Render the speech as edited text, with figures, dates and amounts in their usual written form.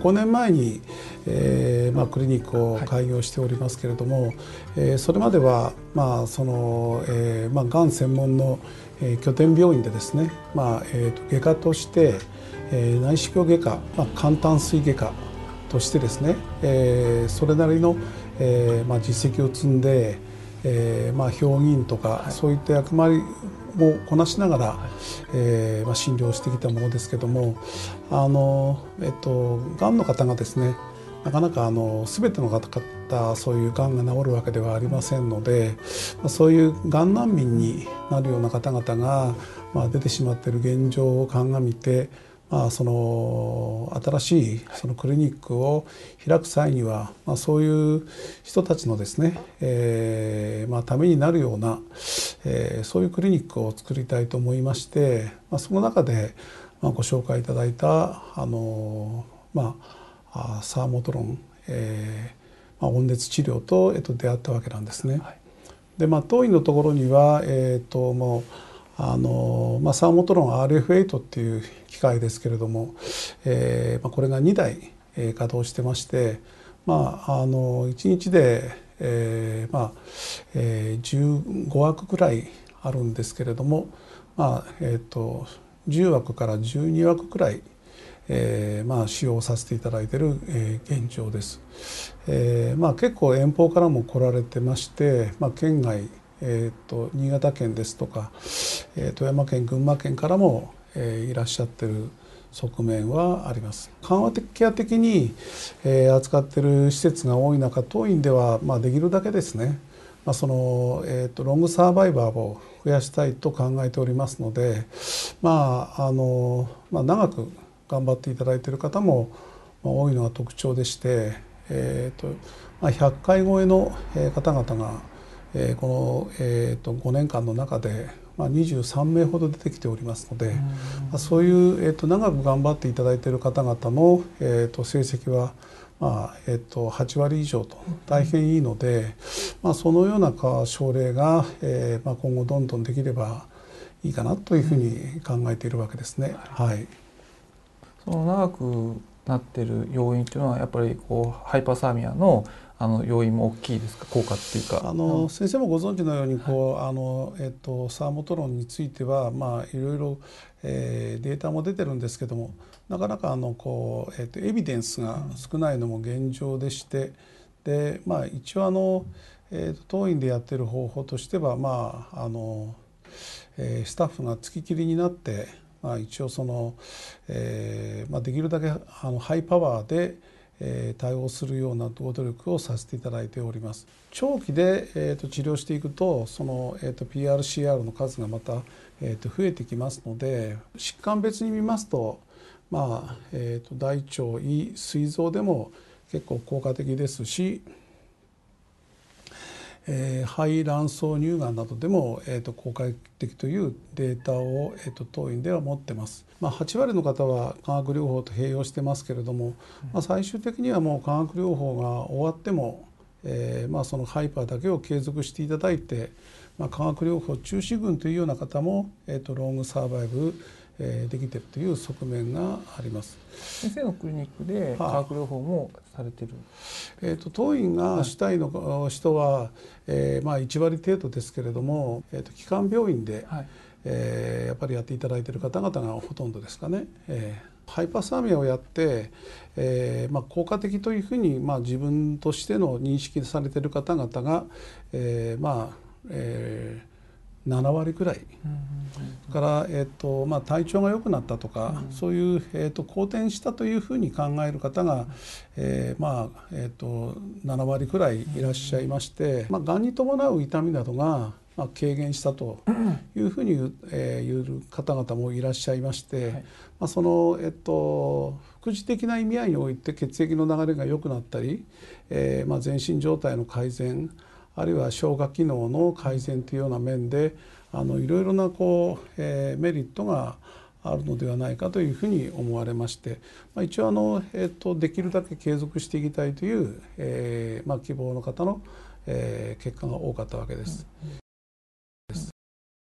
5年前に、クリニックを開業しておりますけれども、それまでは、がん専門の拠点病院でですね、外科として、内視鏡外科、肝胆膵外科としてですね、それなりの、実績を積んで、評議員とかそういった役割をこなしながら、診療してきたものですけども、がんの方がですね、なかなか全ての方そういうがんが治るわけではありませんので、そういうがん難民になるような方々が、出てしまっている現状を鑑みて、新しいそのクリニックを開く際には、そういう人たちのですね、ためになるような、そういうクリニックを作りたいと思いまして、その中で、ご紹介いただいたサーモトロン、温熱治療と、出会ったわけなんですね。で、当院のところには、もうサーモトロン RF8 っていう機械ですけれども、これが2台、稼働してまして、1日で、15枠くらいあるんですけれども、10枠から12枠くらい、使用させていただいている、現状です。結構遠方からも来られてまして、県外、新潟県ですとか、富山県、群馬県からも、いらっしゃってる側面はあります。緩和ケア的に、扱っている施設が多い中、当院では、できるだけですね、ロングサバイバーを増やしたいと考えておりますので、長く頑張っていただいている方も多いのが特徴でして、100回超えの方々がこの5年間の中で23名ほど出てきておりますので、そういう長く頑張っていただいている方々の成績は8割以上と大変いいので、そのような症例が今後どんどんできればいいかなというふうに考えているわけですね。はい。 その長くなっている要因というのはやっぱりハイパーサーミアの要因も大きいですか、効果っていうか。 先生もご存知のようにサーモトロンについてはいろいろデータも出てるんですけども、なかなかエビデンスが少ないのも現状でして、で一応当院でやってる方法としてはスタッフが付ききりになって一応できるだけハイパワーで対応するようなご努力をさせていただいております。長期で治療していくとPRCR の数がまた増えてきますので、疾患別に見ますと大腸、胃、膵臓でも結構効果的ですし、肺卵巣乳がんなどでも効果的というデータを当院では持ってます。8割の方は化学療法と併用してますけれども、最終的にはもう化学療法が終わっても、そのハイパーだけを継続していただいて、化学療法中止群というような方もロングサーバイブできているという側面があります。 先生のクリニックで化学療法もされてる？ 当院が主体の人は、1割程度ですけれども、基幹病院で、やっぱりやっていただいている方々がほとんどですかね。ハイパーサーミアをやって、効果的というふうに、自分としての認識されている方々が、7割くらいから、体調が良くなったとか、そういう、好転したというふうに考える方が、7割くらいいらっしゃいまして、がんに伴う痛みなどが軽減したというふうに言う方々もいらっしゃいまして、その副次的な意味合いにおいて血液の流れが良くなったり、全身状態の改善、あるいは消化機能の改善というような面でいろいろなメリットがあるのではないかというふうに思われまして、一応できるだけ継続していきたいという、希望の方の結果が多かったわけです。